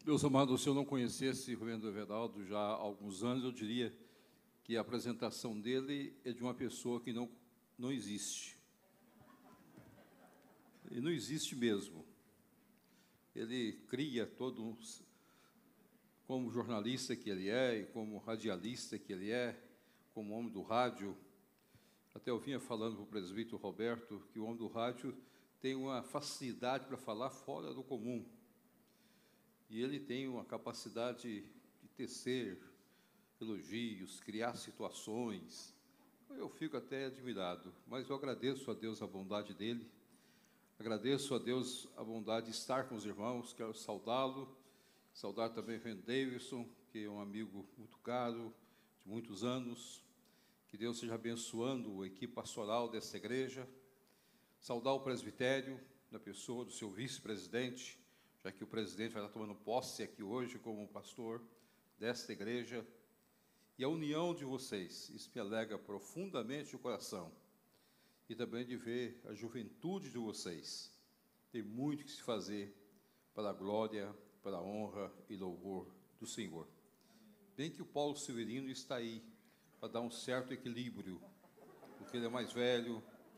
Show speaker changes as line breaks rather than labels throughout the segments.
Meus amados, se eu não conhecesse o reverendo Everaldo já há alguns anos, eu diria que a apresentação dele é de uma pessoa que não existe. E não existe mesmo. Ele cria como jornalista que ele é, e como radialista que ele é, como homem do rádio. Até eu vinha falando para o presbítero Roberto que o homem do rádio tem uma facilidade para falar fora do comum. E ele tem uma capacidade de tecer elogios, criar situações. Eu fico até admirado, mas eu agradeço a Deus a bondade dele, agradeço a Deus a bondade de estar com os irmãos, quero saudá-lo, saudar também o reverendo Davidson, que é um amigo muito caro, de muitos anos, que Deus seja abençoando a equipe pastoral dessa igreja, saudar o presbitério, na pessoa do seu vice-presidente, já que o presidente vai estar tomando posse aqui hoje como pastor desta igreja, e a união de vocês, isso me alegra profundamente o coração, e também de ver a juventude de vocês. Tem muito que se fazer para a glória, para a honra e louvor do Senhor. Bem que o Paulo Severino está aí, para dar um certo equilíbrio, porque ele é mais velho,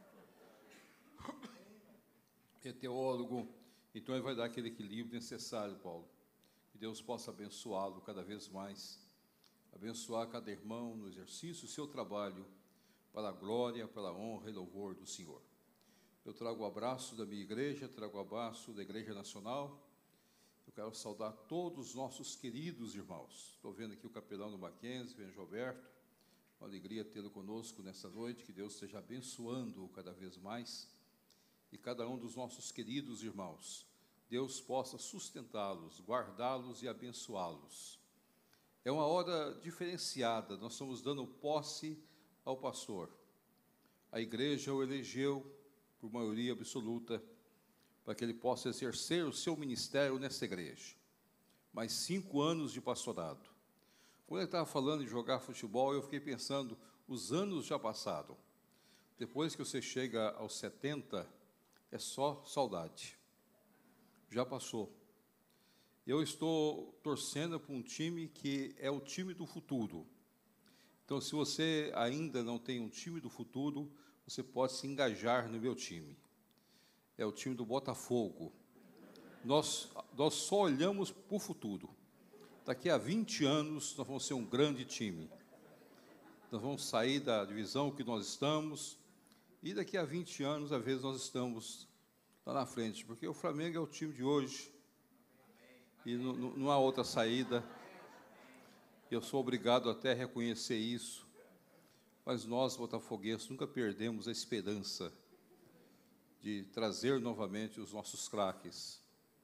é teólogo, então ele vai dar aquele equilíbrio necessário, Paulo. Que Deus possa abençoá-lo cada vez mais, abençoar cada irmão no exercício do seu trabalho, para a glória, para a honra e louvor do Senhor. Eu trago o abraço da minha igreja, trago o abraço da Igreja Nacional. Eu quero saudar todos os nossos queridos irmãos. Estou vendo aqui o capelão do Mackenzie, o Gilberto. Uma alegria tê-lo conosco nessa noite, que Deus esteja abençoando-o cada vez mais. E cada um dos nossos queridos irmãos, Deus possa sustentá-los, guardá-los e abençoá-los. É uma hora diferenciada, nós estamos dando posse ao pastor. A igreja o elegeu por maioria absoluta para que ele possa exercer o seu ministério nessa igreja. Mais 5 anos de pastorado. Quando ele estava falando de jogar futebol, eu fiquei pensando, os anos já passaram. Depois que você chega aos 70, é só saudade. Já passou. Eu estou torcendo para um time que é o time do futuro. Então, se você ainda não tem um time do futuro, você pode se engajar no meu time. É o time do Botafogo. Nós só olhamos para o futuro. Daqui a 20 anos, nós vamos ser um grande time. Nós vamos sair da divisão que nós estamos, e daqui a 20 anos, às vezes, nós estamos lá na frente, porque o Flamengo é o time de hoje, e não há outra saída. Eu sou obrigado até a reconhecer isso, mas nós, botafoguenses, nunca perdemos a esperança de trazer novamente os nossos craques.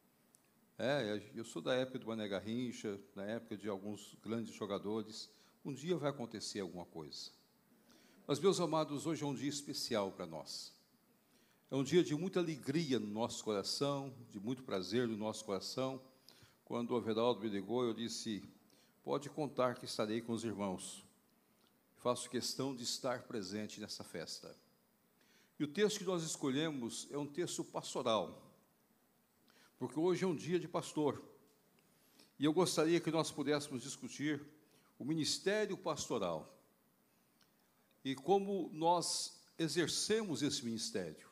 Eu sou da época do Mané Garrincha, da época de alguns grandes jogadores. Um dia vai acontecer alguma coisa. Mas, meus amados, hoje é um dia especial para nós. É um dia de muita alegria no nosso coração, de muito prazer no nosso coração. Quando o Everaldo me ligou, eu disse, pode contar que estarei com os irmãos. Faço questão de estar presente nessa festa. E o texto que nós escolhemos é um texto pastoral, porque hoje é um dia de pastor. E eu gostaria que nós pudéssemos discutir o ministério pastoral e como nós exercemos esse ministério,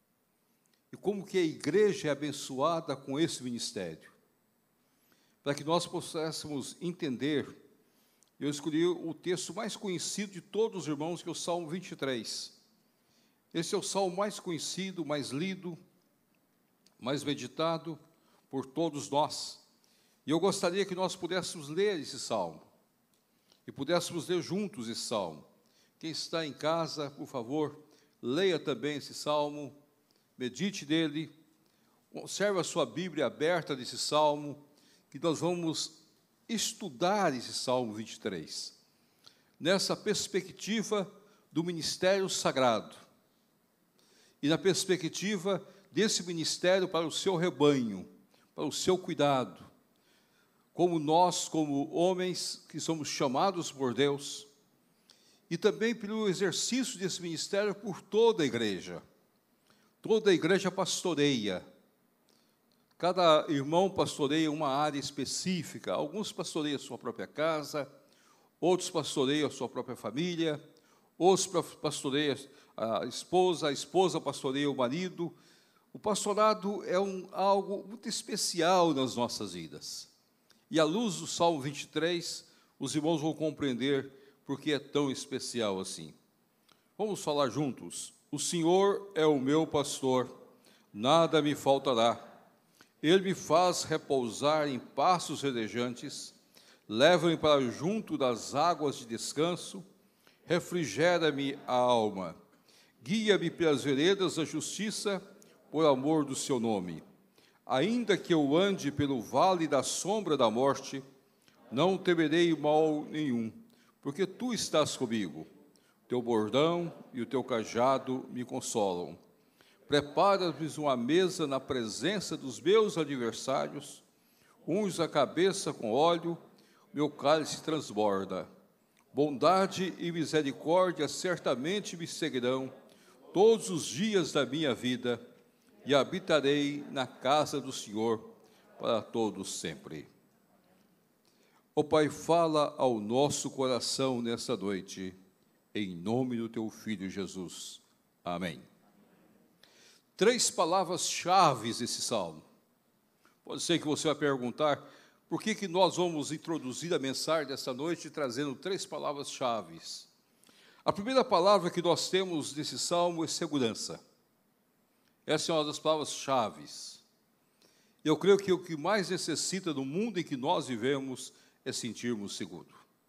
e como que a igreja é abençoada com esse ministério. Para que nós possássemos entender, eu escolhi o texto mais conhecido de todos os irmãos, que é o Salmo 23. Esse é o salmo mais conhecido, mais lido, mais meditado por todos nós. E eu gostaria que nós pudéssemos ler esse salmo, e pudéssemos ler juntos esse salmo. Quem está em casa, por favor, leia também esse salmo, medite nele, conserve a sua Bíblia aberta desse salmo, que nós vamos estudar esse Salmo 23, nessa perspectiva do ministério sagrado, e na perspectiva desse ministério para o seu rebanho, para o seu cuidado, como nós, como homens que somos chamados por Deus, e também pelo exercício desse ministério por toda a igreja pastoreia, Cada irmão pastoreia uma área específica. Alguns pastoreiam a sua própria casa, outros pastoreiam a sua própria família, outros pastoreiam a esposa pastoreia o marido. O pastorado é algo muito especial nas nossas vidas. E à luz do Salmo 23, os irmãos vão compreender por que é tão especial assim. Vamos falar juntos. O Senhor é o meu pastor, nada me faltará. Ele me faz repousar em pastos verdejantes, leva-me para junto das águas de descanso, refrigera-me a alma, guia-me pelas veredas da justiça, por amor do seu nome. Ainda que eu ande pelo vale da sombra da morte, não temerei mal nenhum, porque tu estás comigo. Teu bordão e o teu cajado me consolam. Prepara-me uma mesa na presença dos meus adversários, unges a cabeça com óleo, meu cálice transborda. Bondade e misericórdia certamente me seguirão todos os dias da minha vida, e habitarei na casa do Senhor para todos sempre. Ó Pai, fala ao nosso coração nesta noite, em nome do teu Filho Jesus. Amém. 3 palavras-chave desse salmo. Pode ser que você vai perguntar, por que nós vamos introduzir a mensagem dessa noite trazendo 3 palavras-chave? A primeira palavra que nós temos nesse salmo é segurança. Essa é uma das palavras-chave. Eu creio que o que mais necessita no mundo em que nós vivemos é sentirmos seguro.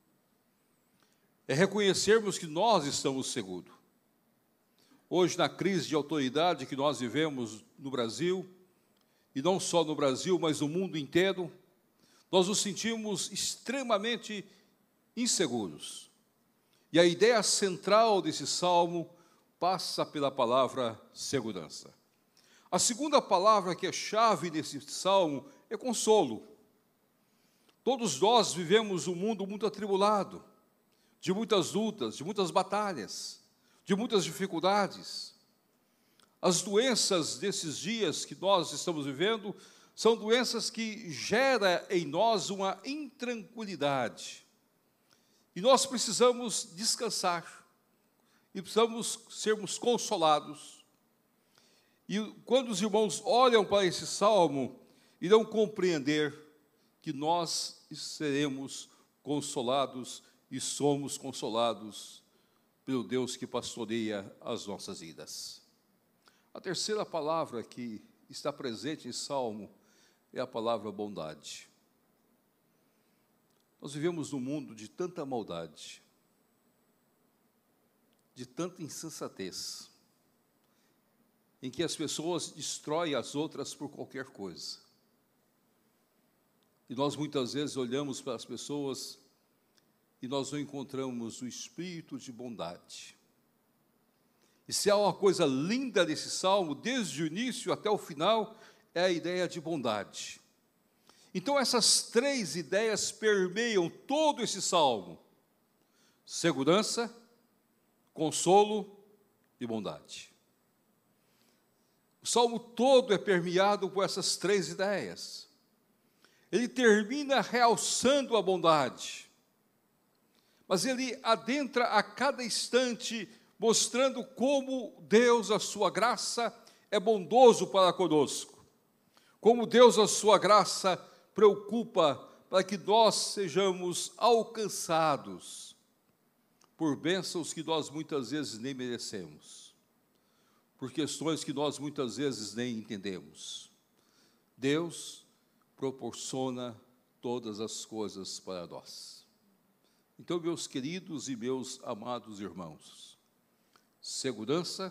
É reconhecermos que nós estamos seguros. Hoje, na crise de autoridade que nós vivemos no Brasil, e não só no Brasil, mas no mundo inteiro, nós nos sentimos extremamente inseguros. E a ideia central desse salmo passa pela palavra segurança. A segunda palavra que é chave nesse salmo é consolo. Todos nós vivemos um mundo muito atribulado, de muitas lutas, de muitas batalhas, de muitas dificuldades. As doenças desses dias que nós estamos vivendo são doenças que geram em nós uma intranquilidade. E nós precisamos descansar, e precisamos sermos consolados. E quando os irmãos olham para esse salmo, irão compreender que nós seremos consolados e somos consolados pelo Deus que pastoreia as nossas vidas. A terceira palavra que está presente em salmo é a palavra bondade. Nós vivemos num mundo de tanta maldade, de tanta insensatez, em que as pessoas destroem as outras por qualquer coisa. E nós muitas vezes olhamos para as pessoas e nós não encontramos o espírito de bondade. E se há uma coisa linda desse salmo, desde o início até o final, é a ideia de bondade. Então essas 3 ideias permeiam todo esse salmo: segurança, consolo e bondade. O salmo todo é permeado por essas 3 ideias. Ele termina realçando a bondade, mas ele adentra a cada instante, mostrando como Deus, a sua graça, é bondoso para conosco, como Deus, a sua graça, preocupa para que nós sejamos alcançados por bênçãos que nós muitas vezes nem merecemos, por questões que nós muitas vezes nem entendemos. Deus proporciona todas as coisas para nós. Então, meus queridos e meus amados irmãos, segurança,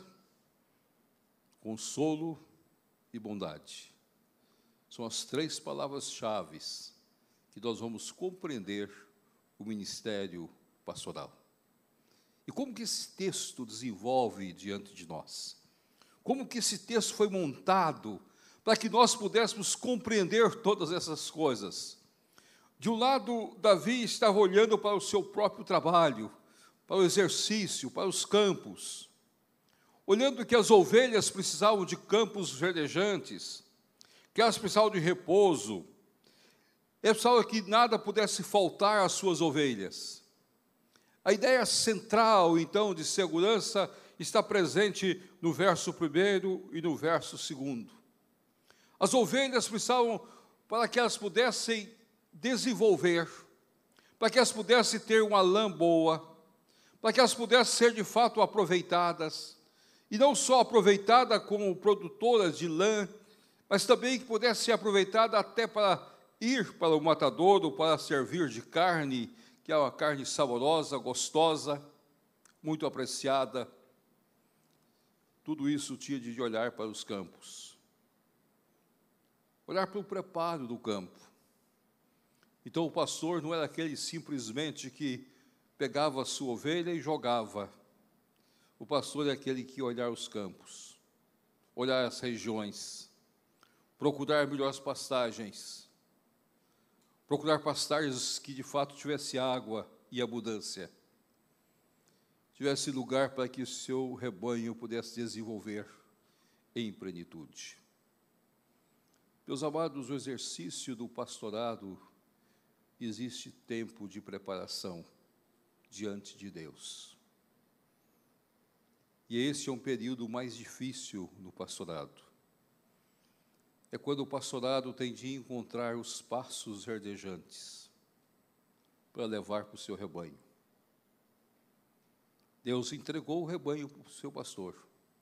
consolo e bondade são as 3 palavras-chave que nós vamos compreender o ministério pastoral. E como que esse texto desenvolve diante de nós? Como que esse texto foi montado para que nós pudéssemos compreender todas essas coisas? De um lado, Davi estava olhando para o seu próprio trabalho, para o exercício, para os campos, olhando que as ovelhas precisavam de campos verdejantes, que elas precisavam de repouso, elas precisavam que nada pudesse faltar às suas ovelhas. A ideia central, então, de segurança está presente no verso 1 e no verso 2. As ovelhas precisavam, para que elas pudessem desenvolver, para que elas pudessem ter uma lã boa, para que elas pudessem ser de fato aproveitadas, e não só aproveitadas como produtoras de lã, mas também que pudessem ser aproveitadas até para ir para o matadouro, para servir de carne, que é uma carne saborosa, gostosa, muito apreciada. Tudo isso tinha de olhar para os campos, olhar para o preparo do campo. Então o pastor não era aquele simplesmente que pegava a sua ovelha e jogava. O pastor é aquele que ia olhar os campos, olhar as regiões, procurar melhores pastagens, procurar pastagens que de fato tivesse água e abundância, tivesse lugar para que o seu rebanho pudesse desenvolver em plenitude. Meus amados, o exercício do pastorado existe tempo de preparação diante de Deus. E esse é um período mais difícil no pastorado. É quando o pastorado tem de encontrar os passos verdejantes para levar para o seu rebanho. Deus entregou o rebanho para o seu pastor.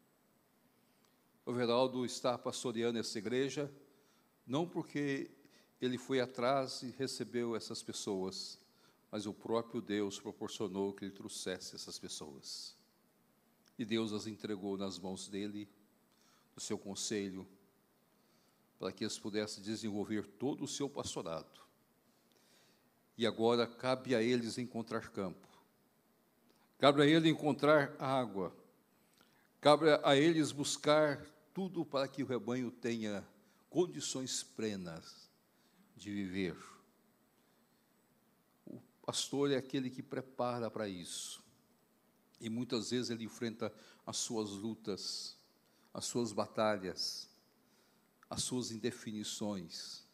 O Everaldo está pastoreando essa igreja, não porque ele foi atrás e recebeu essas pessoas, mas o próprio Deus proporcionou que ele trouxesse essas pessoas. E Deus as entregou nas mãos dele, no seu conselho, para que eles pudessem desenvolver todo o seu pastorado. E agora cabe a eles encontrar campo, cabe a eles encontrar água, cabe a eles buscar tudo para que o rebanho tenha condições plenas de viver. O pastor é aquele que prepara para isso. E muitas vezes ele enfrenta as suas lutas, as suas batalhas, as suas indefinições.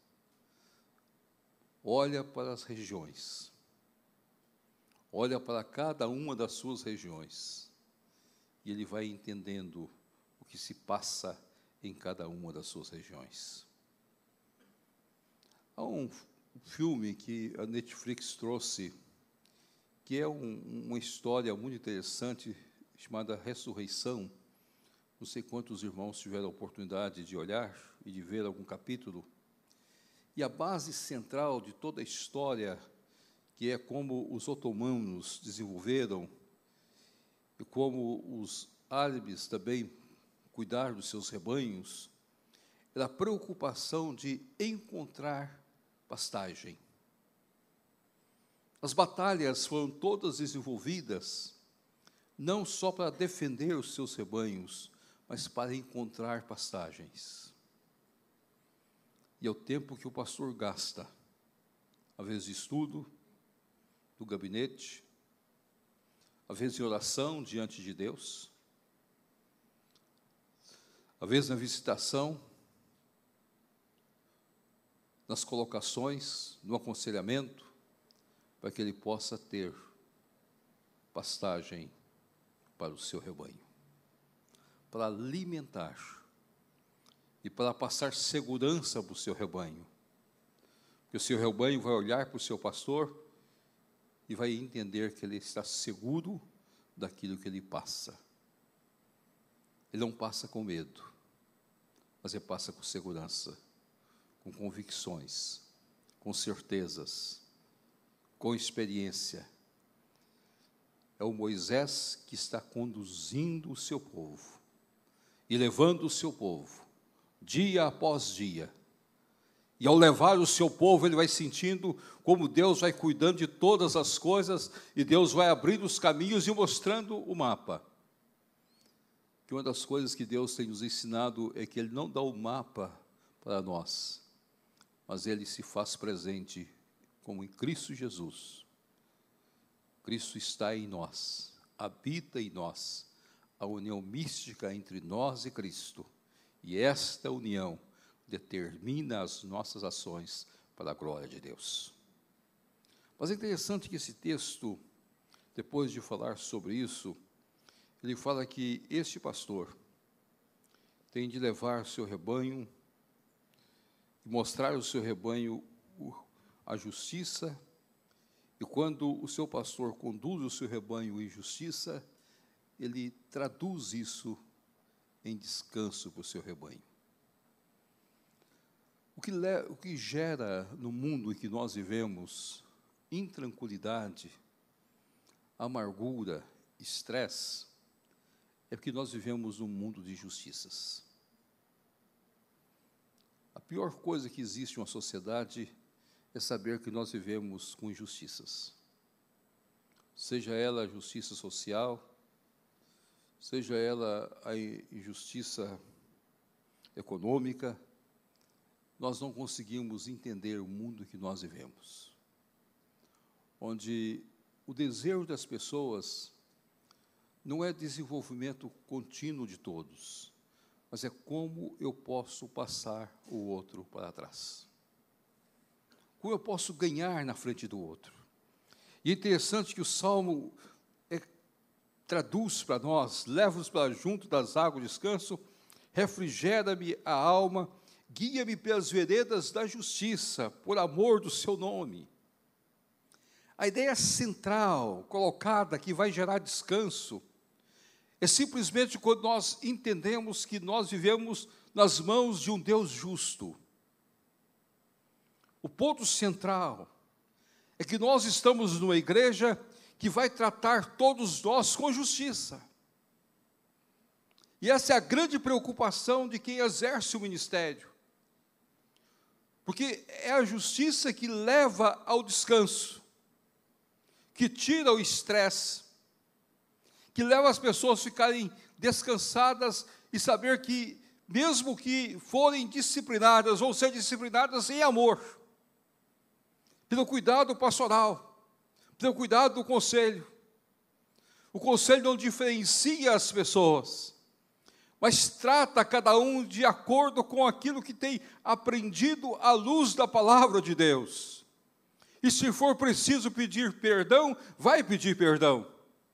Olha para as regiões. Olha para cada uma das suas regiões. E ele vai entendendo o que se passa em cada uma das suas regiões. Há um filme que a Netflix trouxe, que é uma história muito interessante, chamada Ressurreição. Não sei quantos irmãos tiveram a oportunidade de olhar e de ver algum capítulo. E a base central de toda a história, que é como os otomanos desenvolveram, e como os árabes também cuidaram dos seus rebanhos, era a preocupação de encontrar pastagem. As batalhas foram todas desenvolvidas, não só para defender os seus rebanhos, mas para encontrar pastagens. E é o tempo que o pastor gasta, às vezes de estudo, do gabinete, às vezes em oração diante de Deus, às vezes na visitação, nas colocações, no aconselhamento, para que ele possa ter pastagem para o seu rebanho, para alimentar e para passar segurança para o seu rebanho. Porque o seu rebanho vai olhar para o seu pastor e vai entender que ele está seguro daquilo que ele passa. Ele não passa com medo, mas ele passa com segurança, com convicções, com certezas, com experiência. É o Moisés que está conduzindo o seu povo e levando o seu povo, dia após dia. E ao levar o seu povo, ele vai sentindo como Deus vai cuidando de todas as coisas, e Deus vai abrindo os caminhos e mostrando o mapa. Que uma das coisas que Deus tem nos ensinado é que Ele não dá o mapa para nós, mas Ele se faz presente como em Cristo Jesus. Cristo está em nós, habita em nós, a união mística entre nós e Cristo. E esta união determina as nossas ações para a glória de Deus. Mas é interessante que esse texto, depois de falar sobre isso, ele fala que este pastor tem de levar seu rebanho, mostrar ao seu rebanho a justiça, e quando o seu pastor conduz o seu rebanho em justiça, ele traduz isso em descanso para o seu rebanho. O que gera no mundo em que nós vivemos intranquilidade, amargura, estresse, é porque nós vivemos num mundo de injustiças. A pior coisa que existe em uma sociedade é saber que nós vivemos com injustiças. Seja ela a justiça social, seja ela a injustiça econômica, nós não conseguimos entender o mundo que nós vivemos, onde o desejo das pessoas não é desenvolvimento contínuo de todos, mas é como eu posso passar o outro para trás. Como eu posso ganhar na frente do outro. E é interessante que o Salmo traduz para nós, leva-nos para junto das águas de descanso, refrigera-me a alma, guia-me pelas veredas da justiça, por amor do seu nome. A ideia central, colocada, que vai gerar descanso, é simplesmente quando nós entendemos que nós vivemos nas mãos de um Deus justo. O ponto central é que nós estamos numa igreja que vai tratar todos nós com justiça. E essa é a grande preocupação de quem exerce o ministério. Porque é a justiça que leva ao descanso, que tira o estresse, que leva as pessoas a ficarem descansadas e saber que, mesmo que forem disciplinadas, vão ser disciplinadas em amor, pelo cuidado pastoral, pelo cuidado do conselho. O conselho não diferencia as pessoas, mas trata cada um de acordo com aquilo que tem aprendido à luz da palavra de Deus. E se for preciso pedir perdão, vai pedir perdão.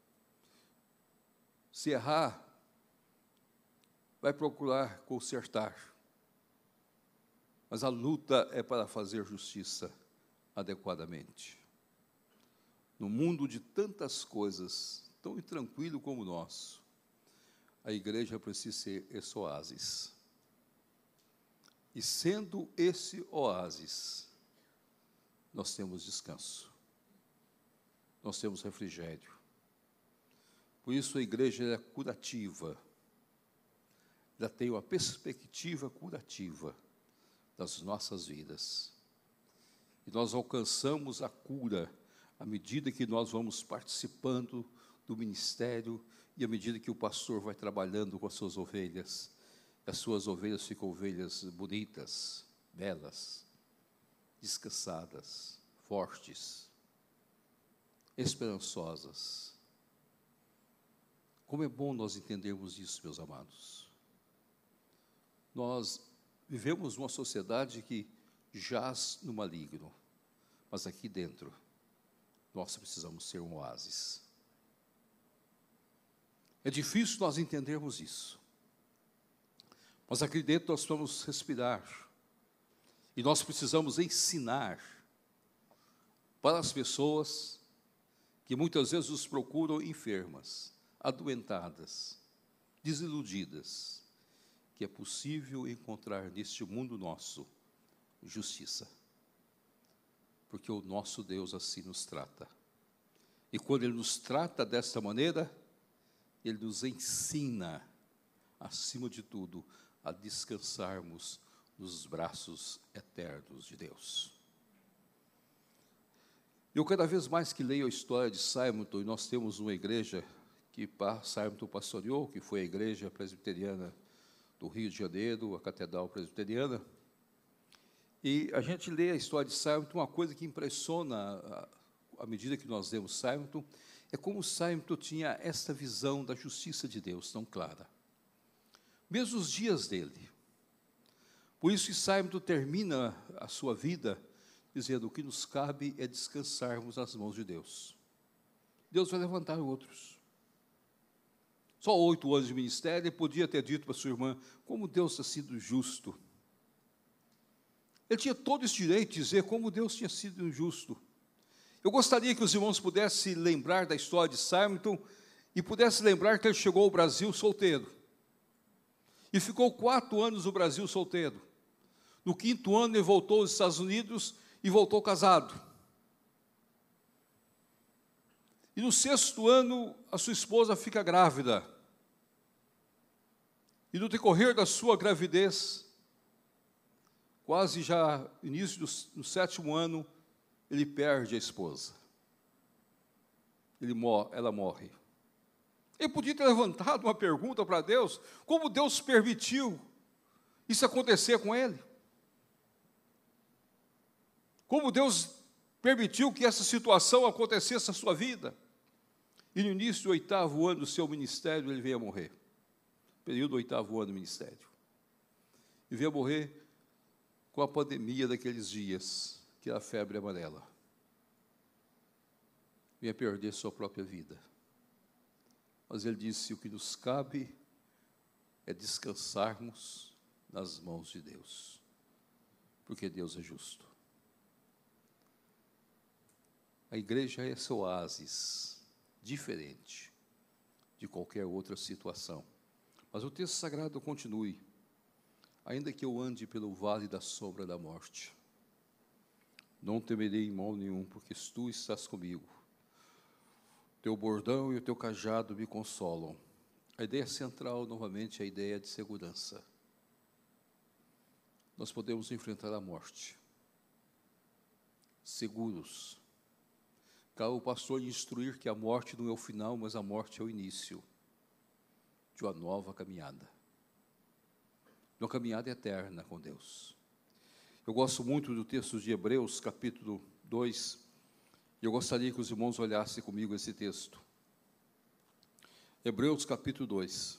Se errar, vai procurar consertar. Mas a luta é para fazer justiça adequadamente. No mundo de tantas coisas, tão intranquilo como o nosso, a igreja precisa ser esse oásis. E sendo esse oásis, nós temos descanso, nós temos refrigério. Por isso a igreja é curativa, ela tem uma perspectiva curativa das nossas vidas. E nós alcançamos a cura à medida que nós vamos participando do ministério e à medida que o pastor vai trabalhando com as suas ovelhas. As suas ovelhas ficam ovelhas bonitas, belas, descansadas, fortes, esperançosas. Como é bom nós entendermos isso, meus amados. Nós vivemos numa sociedade que jaz no maligno, mas aqui dentro nós precisamos ser um oásis. É difícil nós entendermos isso, mas aqui dentro nós vamos respirar, e nós precisamos ensinar para as pessoas que muitas vezes nos procuram enfermas, adoentadas, desiludidas, que é possível encontrar neste mundo nosso justiça, porque o nosso Deus assim nos trata. E quando Ele nos trata desta maneira, Ele nos ensina, acima de tudo, a descansarmos nos braços eternos de Deus. Eu cada vez mais que leio a história de Simonton, e nós temos uma igreja que Simonton pastoreou, que foi a igreja presbiteriana do Rio de Janeiro, a Catedral Presbiteriana, e a gente lê a história de Simonton, uma coisa que impressiona à medida que nós lemos Simonton, é como Simonton tinha esta visão da justiça de Deus tão clara. Mesmo os dias dele, Por isso que Simon termina a sua vida dizendo: o que nos cabe é descansarmos nas mãos de Deus. Deus vai levantar outros. Só 8 anos de ministério, ele podia ter dito para sua irmã: como Deus está sido justo. Ele tinha todo esse direito de dizer como Deus tinha sido injusto. Eu gostaria que os irmãos pudessem lembrar da história de Simon e pudessem lembrar que ele chegou ao Brasil solteiro. E ficou 4 anos no Brasil solteiro. No 5º ano ele voltou aos Estados Unidos e voltou casado. E no 6º ano a sua esposa fica grávida. E no decorrer da sua gravidez, quase já início do 7º ano, ele perde a esposa. Ela morre. Ele podia ter levantado uma pergunta para Deus: como Deus permitiu isso acontecer com ele? Como Deus permitiu que essa situação acontecesse na sua vida? E no início do 8º ano do seu ministério, ele veio a morrer. Período do 8º ano do ministério. E veio a morrer com a pandemia daqueles dias, que era a febre amarela. Vinha perder sua própria vida. Mas ele disse: o que nos cabe é descansarmos nas mãos de Deus, porque Deus é justo. A igreja é esse oásis diferente de qualquer outra situação. Mas o texto sagrado continue: ainda que eu ande pelo vale da sombra da morte, não temerei mal nenhum, porque tu estás comigo. Teu bordão e o teu cajado me consolam. A ideia central, novamente, é a ideia de segurança. Nós podemos enfrentar a morte seguros. Cabe o pastor instruir que a morte não é o final, mas a morte é o início de uma nova caminhada. De uma caminhada eterna com Deus. Eu gosto muito do texto de Hebreus, capítulo 2, e eu gostaria que os irmãos olhassem comigo esse texto. Hebreus, capítulo 2.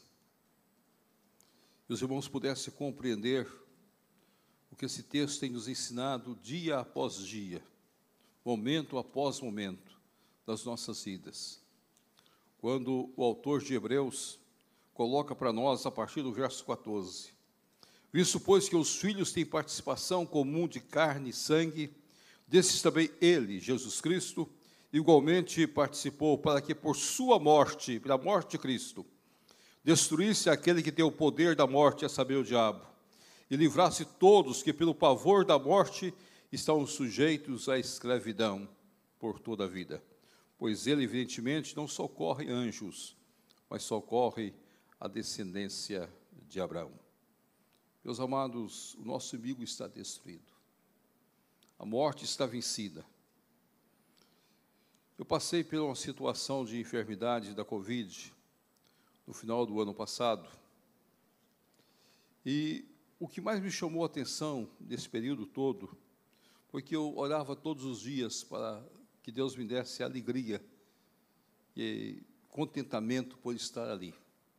E os irmãos pudessem compreender o que esse texto tem nos ensinado dia após dia, momento após momento das nossas vidas. Quando o autor de Hebreus coloca para nós, a partir do verso 14: visto, pois, que os filhos têm participação comum de carne e sangue, desses também ele, Jesus Cristo, igualmente participou, para que por sua morte, pela morte de Cristo, destruísse aquele que tem o poder da morte, a saber, o diabo, e livrasse todos que pelo pavor da morte estão sujeitos à escravidão por toda a vida. Pois ele, evidentemente, não socorre anjos, mas socorre a descendência de Abraão. Meus amados, o nosso inimigo está destruído. A morte está vencida. Eu passei por uma situação de enfermidade da Covid no final do ano passado. E o que mais me chamou a atenção nesse período todo foi que eu orava todos os dias para que Deus me desse alegria e contentamento por estar ali.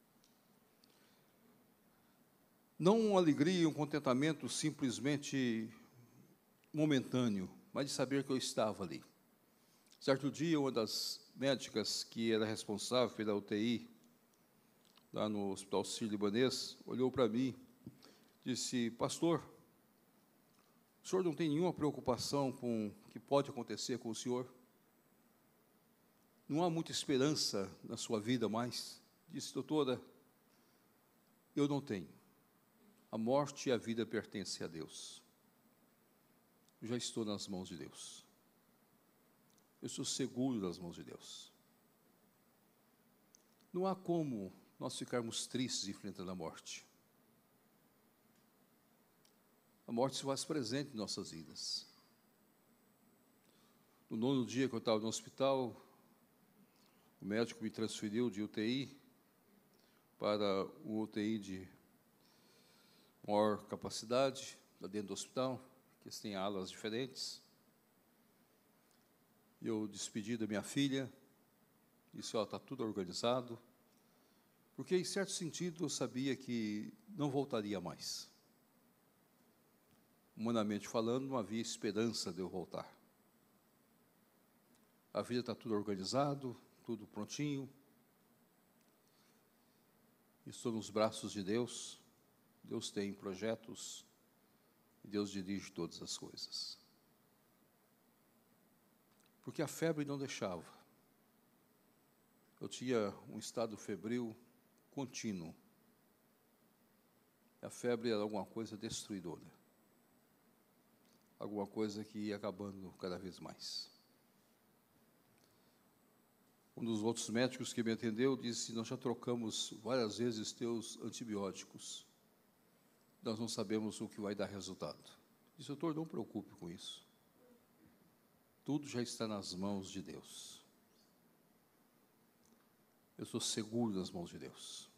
Não uma alegria e um contentamento simplesmente momentâneo, mas de saber que eu estava ali. Certo dia, uma das médicas que era responsável pela UTI, lá no Hospital Sírio-Libanês, olhou para mim e disse: pastor, o senhor não tem nenhuma preocupação com o que pode acontecer com o senhor? Não há muita esperança na sua vida mais? Disse: doutora, eu não tenho. A morte e a vida pertencem a Deus. Eu já estou nas mãos de Deus. Eu estou seguro nas mãos de Deus. Não há como nós ficarmos tristes enfrentando a morte. A morte se faz presente em nossas vidas. No 9º dia que eu estava no hospital, o médico me transferiu de UTI para um UTI de maior capacidade, lá dentro do hospital, que eles têm alas diferentes. Eu despedi da minha filha, disse: ó, está tudo organizado, porque, em certo sentido, eu sabia que não voltaria mais. humanamente falando, não havia esperança de eu voltar. A vida está tudo organizado, tudo prontinho. Estou nos braços de Deus. Deus tem projetos e Deus dirige todas as coisas. Porque a febre não deixava. Eu tinha um estado febril contínuo. A febre era alguma coisa destruidora. Alguma coisa que ia acabando cada vez mais. Um dos outros médicos que me atendeu disse: nós já trocamos várias vezes teus antibióticos. Nós não sabemos o que vai dar resultado. Disse: doutor, não preocupe com isso. Tudo já está nas mãos de Deus. Eu estou seguro nas mãos de Deus.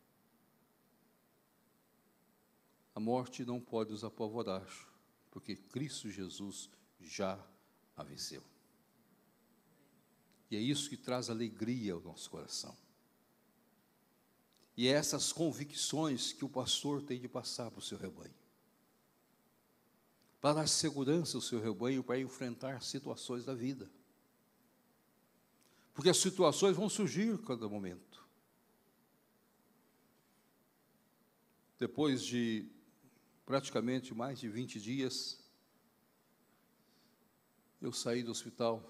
A morte não pode nos apavorar, porque Cristo Jesus já a venceu. E é isso que traz alegria ao nosso coração. E é essas convicções que o pastor tem de passar para o seu rebanho. Para dar segurança ao seu rebanho, para enfrentar situações da vida. Porque as situações vão surgir a cada momento. Depois de praticamente mais de 20 dias, eu saí do hospital.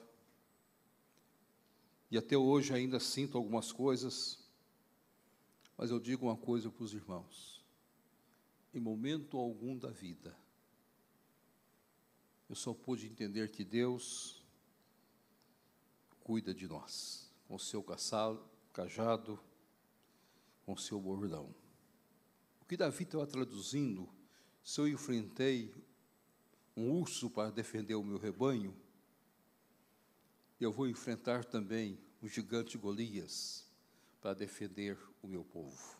E até hoje ainda sinto algumas coisas, mas eu digo uma coisa para os irmãos: em momento algum da vida, eu só pude entender que Deus cuida de nós, com o seu cajado, com o seu bordão. O que Davi estava traduzindo: se eu enfrentei um urso para defender o meu rebanho, eu vou enfrentar também o gigante Golias para defender o meu povo.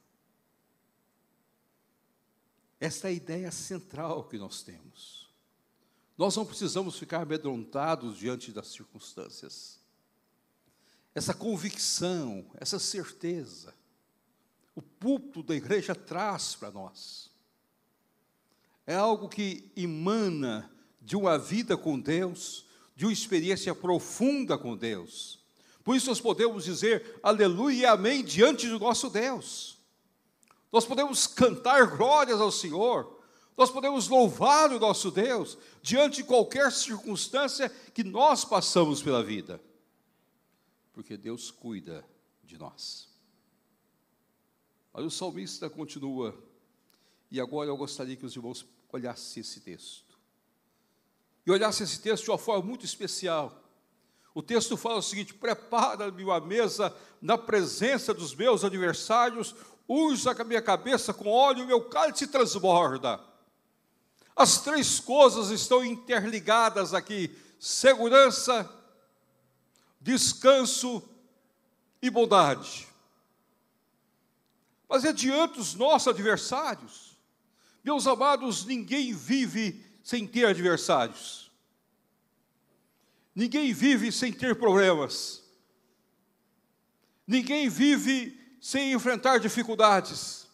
Essa é a ideia central que nós temos. Nós não precisamos ficar amedrontados diante das circunstâncias. Essa convicção, essa certeza, o púlpito da igreja traz para nós. É algo que emana de uma vida com Deus, de uma experiência profunda com Deus. Por isso nós podemos dizer aleluia e amém diante do nosso Deus. Nós podemos cantar glórias ao Senhor. Nós podemos louvar o nosso Deus diante de qualquer circunstância que nós passamos pela vida. Porque Deus cuida de nós. Aí o salmista continua. E agora eu gostaria que os irmãos olhassem esse texto. E olhassem esse texto de uma forma muito especial. O texto fala o seguinte: prepara-me uma mesa na presença dos meus adversários, unja a minha cabeça com óleo e o meu cálice transborda. As três coisas estão interligadas aqui: segurança, descanso e bondade. Mas é diante dos nossos adversários. Meus amados, ninguém vive sem ter adversários. Ninguém vive sem ter problemas. Ninguém vive sem enfrentar dificuldades.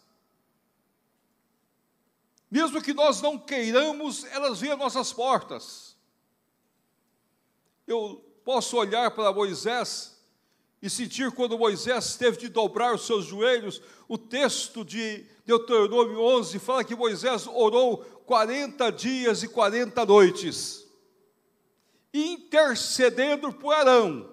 Mesmo que nós não queiramos, elas vêm às nossas portas. Eu posso olhar para Moisés e sentir, quando Moisés teve de dobrar os seus joelhos, o texto de Deuteronômio 11 fala que Moisés orou 40 dias e 40 noites, intercedendo por Arão,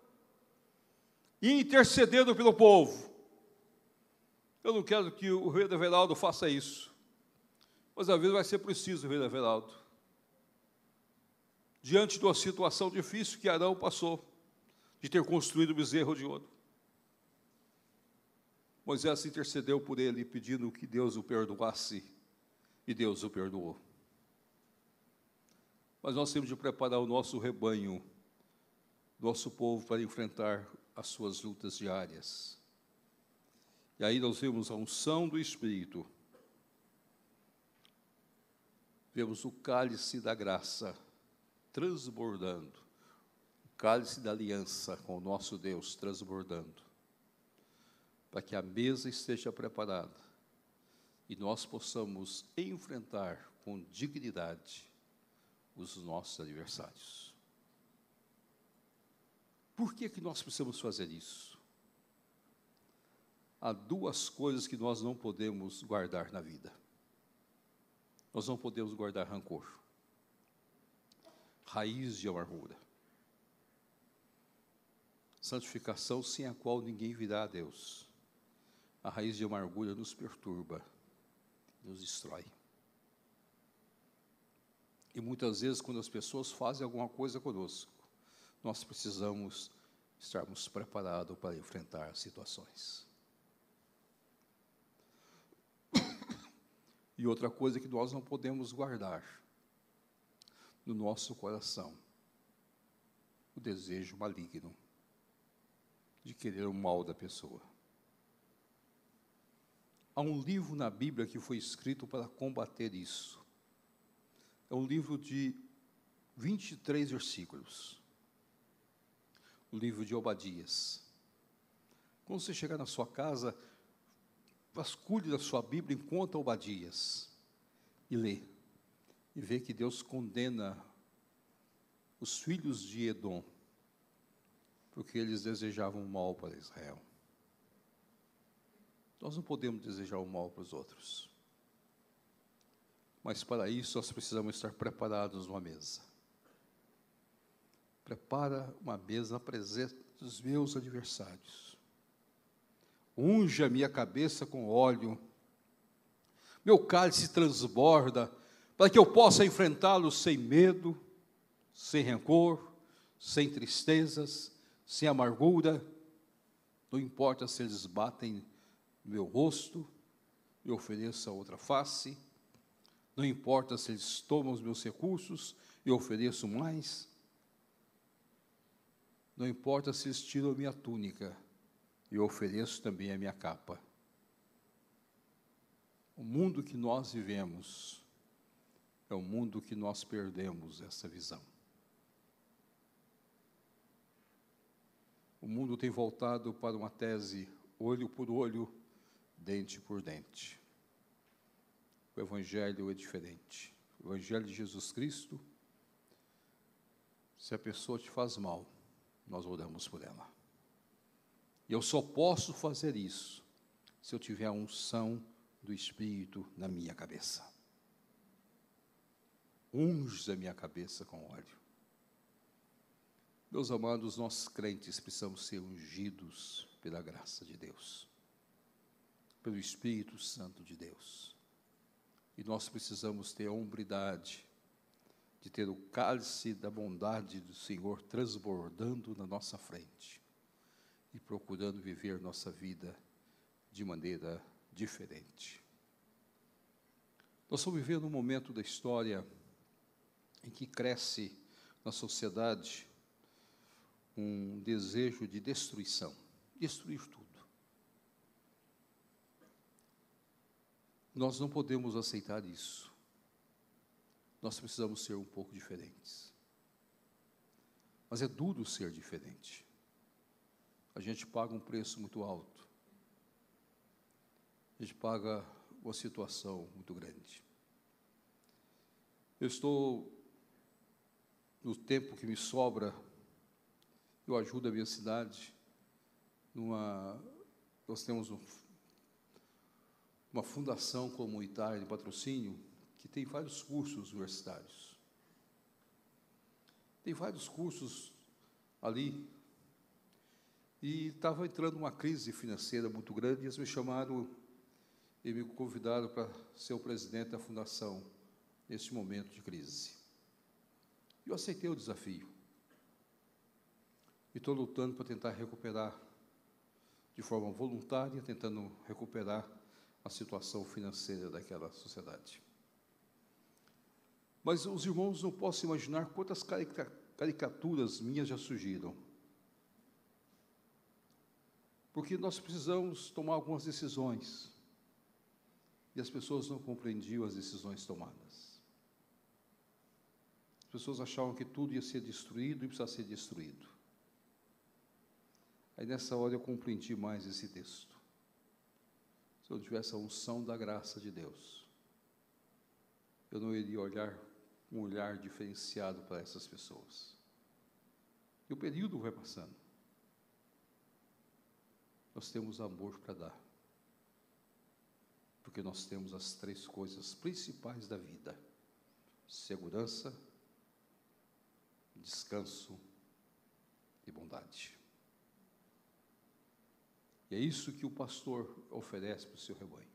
e intercedendo pelo povo. Eu não quero que o rei Everaldo faça isso, mas às vezes vai ser preciso, rei Everaldo, diante de uma situação difícil que Arão passou, de ter construído o bezerro de ouro. Moisés intercedeu por ele, pedindo que Deus o perdoasse, e Deus o perdoou. Mas nós temos de preparar o nosso rebanho, nosso povo, para enfrentar as suas lutas diárias. E aí nós vemos a unção do Espírito, vemos o cálice da graça transbordando, o cálice da aliança com o nosso Deus transbordando, para que a mesa esteja preparada e nós possamos enfrentar com dignidade os nossos adversários. Por que nós precisamos fazer isso? Há duas coisas que nós não podemos guardar na vida. Nós não podemos guardar rancor, raiz de amargura, santificação sem a qual ninguém virá a Deus. A raiz de amargura nos perturba, nos destrói. E muitas vezes, quando as pessoas fazem alguma coisa conosco, nós precisamos estarmos preparados para enfrentar situações. E outra coisa que nós não podemos guardar no nosso coração, o desejo maligno de querer o mal da pessoa. Há um livro na Bíblia que foi escrito para combater isso. É um livro de 23 versículos. O livro de Obadias. Quando você chegar na sua casa, vasculhe da sua Bíblia, encontra Obadias e lê. E vê que Deus condena os filhos de Edom, porque eles desejavam o mal para Israel. Nós não podemos desejar o mal para os outros. Mas para isso nós precisamos estar preparados numa mesa. Prepara uma mesa na presença dos meus adversários. Unge a minha cabeça com óleo. Meu cálice transborda, para que eu possa enfrentá-los sem medo, sem rancor, sem tristezas, sem amargura. Não importa se eles batem no meu rosto, eu ofereço a outra face. Não importa se eles tomam os meus recursos, eu ofereço mais. Não importa se eles tiram a minha túnica, eu ofereço também a minha capa. O mundo que nós vivemos é um mundo que nós perdemos essa visão. O mundo tem voltado para uma tese olho por olho, dente por dente. O Evangelho é diferente. O Evangelho de Jesus Cristo, se a pessoa te faz mal, nós oramos por ela. E eu só posso fazer isso se eu tiver a unção do Espírito na minha cabeça. Unge a minha cabeça com óleo. Meus amados, nós crentes precisamos ser ungidos pela graça de Deus, pelo Espírito Santo de Deus. E nós precisamos ter a hombridade de ter o cálice da bondade do Senhor transbordando na nossa frente e procurando viver nossa vida de maneira diferente. Nós estamos vivendo um momento da história em que cresce na sociedade um desejo de destruição, destruir tudo. Nós não podemos aceitar isso. Nós precisamos ser um pouco diferentes. Mas é duro ser diferente. A gente paga um preço muito alto. A gente paga uma situação muito grande. Eu estou, no tempo que me sobra, eu ajudo a minha cidade. Nós temos uma fundação comunitária de patrocínio que tem vários cursos universitários. Tem vários cursos ali. E estava entrando uma crise financeira muito grande, e eles me chamaram e me convidaram para ser o presidente da fundação neste momento de crise. Eu aceitei o desafio. E estou lutando para tentar recuperar, de forma voluntária, tentando recuperar a situação financeira daquela sociedade. Mas os irmãos não possam imaginar quantas caricaturas minhas já surgiram. Porque nós precisamos tomar algumas decisões. E as pessoas não compreendiam as decisões tomadas. As pessoas achavam que tudo ia ser destruído e precisava ser destruído. Aí nessa hora eu compreendi mais esse texto. Se eu tivesse a unção da graça de Deus, eu não iria olhar com um olhar diferenciado para essas pessoas. E o período vai passando. Nós temos amor para dar. Porque nós temos as 3 coisas principais da vida: segurança, descanso e bondade. E é isso que o pastor oferece para o seu rebanho.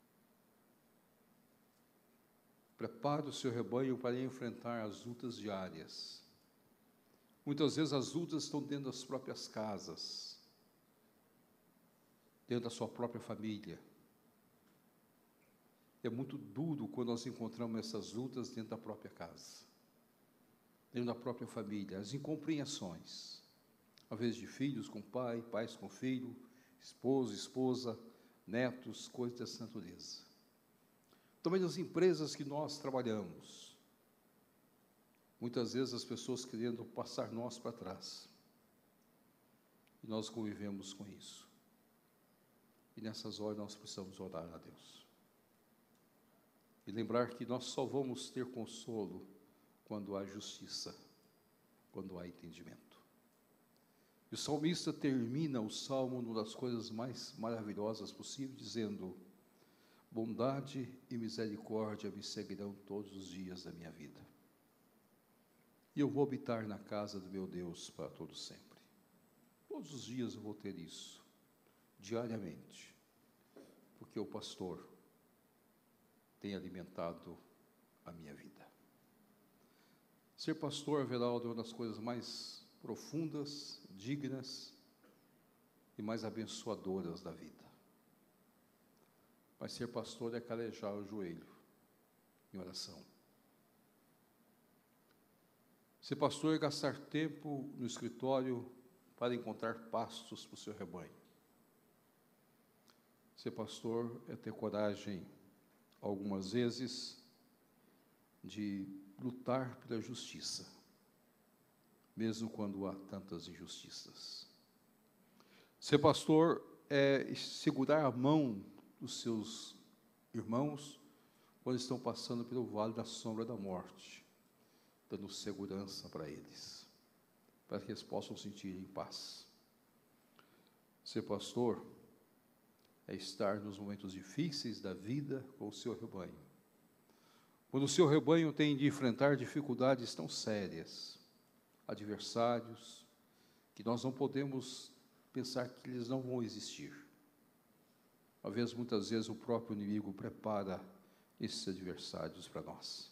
Prepare o seu rebanho para enfrentar as lutas diárias. Muitas vezes as lutas estão dentro das próprias casas, dentro da sua própria família. É muito duro quando nós encontramos essas lutas dentro da própria casa, dentro da própria família, as incompreensões, às vezes de filhos com pai, pais com filho, esposo, esposa, netos, coisas dessa natureza. Também nas empresas que nós trabalhamos, muitas vezes as pessoas querendo passar nós para trás, e nós convivemos com isso. E nessas horas nós precisamos orar a Deus. E lembrar que nós só vamos ter consolo quando há justiça, quando há entendimento. E o salmista termina o salmo numa das coisas mais maravilhosas possíveis, dizendo: bondade e misericórdia me seguirão todos os dias da minha vida. E eu vou habitar na casa do meu Deus para todo sempre. Todos os dias eu vou ter isso, diariamente, porque o pastor tem alimentado a minha vida. Ser pastor, Everaldo, é uma das coisas mais profundas, dignas e mais abençoadoras da vida. Mas ser pastor é calejar o joelho em oração. Ser pastor é gastar tempo no escritório para encontrar pastos para o seu rebanho. Ser pastor é ter coragem, algumas vezes, de lutar pela justiça, mesmo quando há tantas injustiças. Ser pastor é segurar a mão dos seus irmãos quando estão passando pelo vale da sombra da morte, dando segurança para eles, para que eles possam sentir em paz. Ser pastor é estar nos momentos difíceis da vida com o seu rebanho. Quando o seu rebanho tem de enfrentar dificuldades tão sérias, adversários, que nós não podemos pensar que eles não vão existir. Muitas vezes o próprio inimigo prepara esses adversários para nós.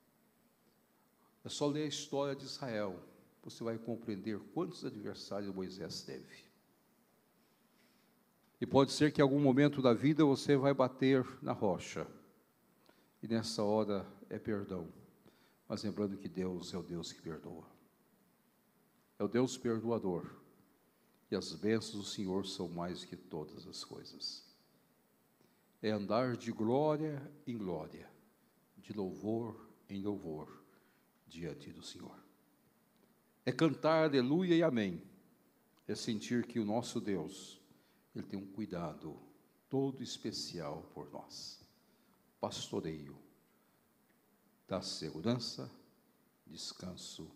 É só ler a história de Israel, você vai compreender quantos adversários Moisés teve. E pode ser que em algum momento da vida você vai bater na rocha, e nessa hora é perdão, mas lembrando que Deus é o Deus que perdoa. É o Deus perdoador, e as bênçãos do Senhor são mais que todas as coisas. É andar de glória em glória, de louvor em louvor, diante do Senhor. É cantar aleluia e amém, é sentir que o nosso Deus, Ele tem um cuidado todo especial por nós. Pastoreio, dá segurança, descanso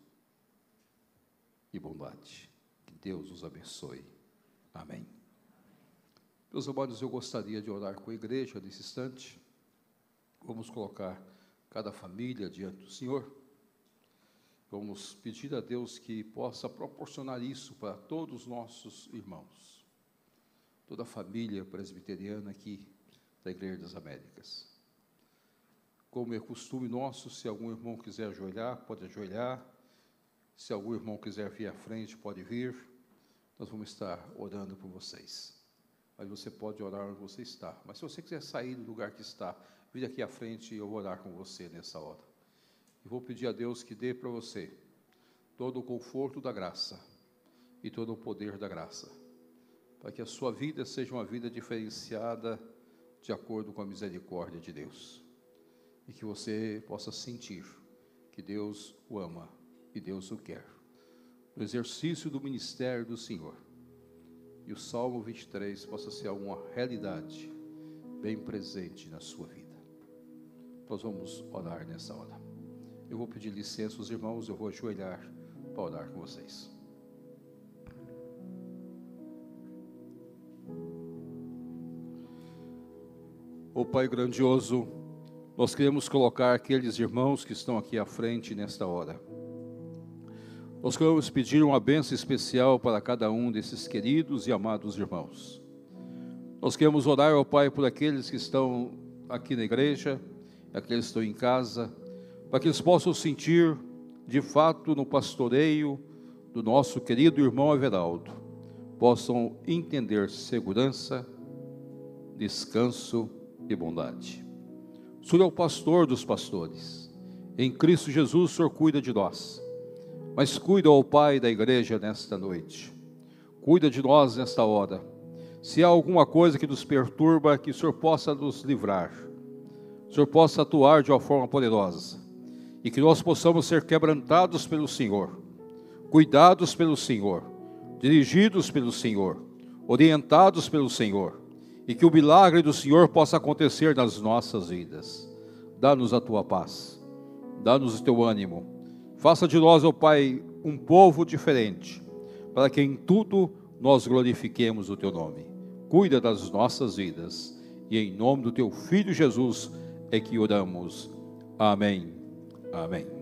e bondade. Que Deus os abençoe. Amém. Meus amados, eu gostaria de orar com a igreja nesse instante. Vamos colocar cada família diante do Senhor. Vamos pedir a Deus que possa proporcionar isso para todos os nossos irmãos, toda a família presbiteriana aqui da Igreja das Américas. Como é costume nosso, se algum irmão quiser ajoelhar, pode ajoelhar. Se algum irmão quiser vir à frente, pode vir. Nós vamos estar orando por vocês. Mas você pode orar onde você está. Mas se você quiser sair do lugar que está, vir aqui à frente e eu vou orar com você nessa hora. E vou pedir a Deus que dê para você todo o conforto da graça e todo o poder da graça, para que a sua vida seja uma vida diferenciada de acordo com a misericórdia de Deus. E que você possa sentir que Deus o ama e Deus o quer. No exercício do ministério do Senhor. E o Salmo 23 possa ser uma realidade bem presente na sua vida. nós vamos orar nessa hora. Eu vou pedir licença aos irmãos, eu vou ajoelhar para orar com vocês. Ó Pai grandioso, nós queremos colocar aqueles irmãos que estão aqui à frente nesta hora. Nós queremos pedir uma bênção especial para cada um desses queridos e amados irmãos. Nós queremos orar, ó Pai, por aqueles que estão aqui na igreja, aqueles que estão em casa, para que eles possam sentir, de fato, no pastoreio do nosso querido irmão Everaldo, possam entender segurança, descanso e bondade. O Senhor é o pastor dos pastores. Em Cristo Jesus, o Senhor cuida de nós. Mas cuida, ó Pai, da igreja nesta noite. Cuida de nós nesta hora. Se há alguma coisa que nos perturba, que o Senhor possa nos livrar. O Senhor possa atuar de uma forma poderosa. E que nós possamos ser quebrantados pelo Senhor, cuidados pelo Senhor, dirigidos pelo Senhor, orientados pelo Senhor. E que o milagre do Senhor possa acontecer nas nossas vidas. Dá-nos a Tua paz. Dá-nos o Teu ânimo. Faça de nós, ó Pai, um povo diferente, para que em tudo nós glorifiquemos o Teu nome. Cuida das nossas vidas, e em nome do Teu Filho Jesus é que oramos. Amém. Amém.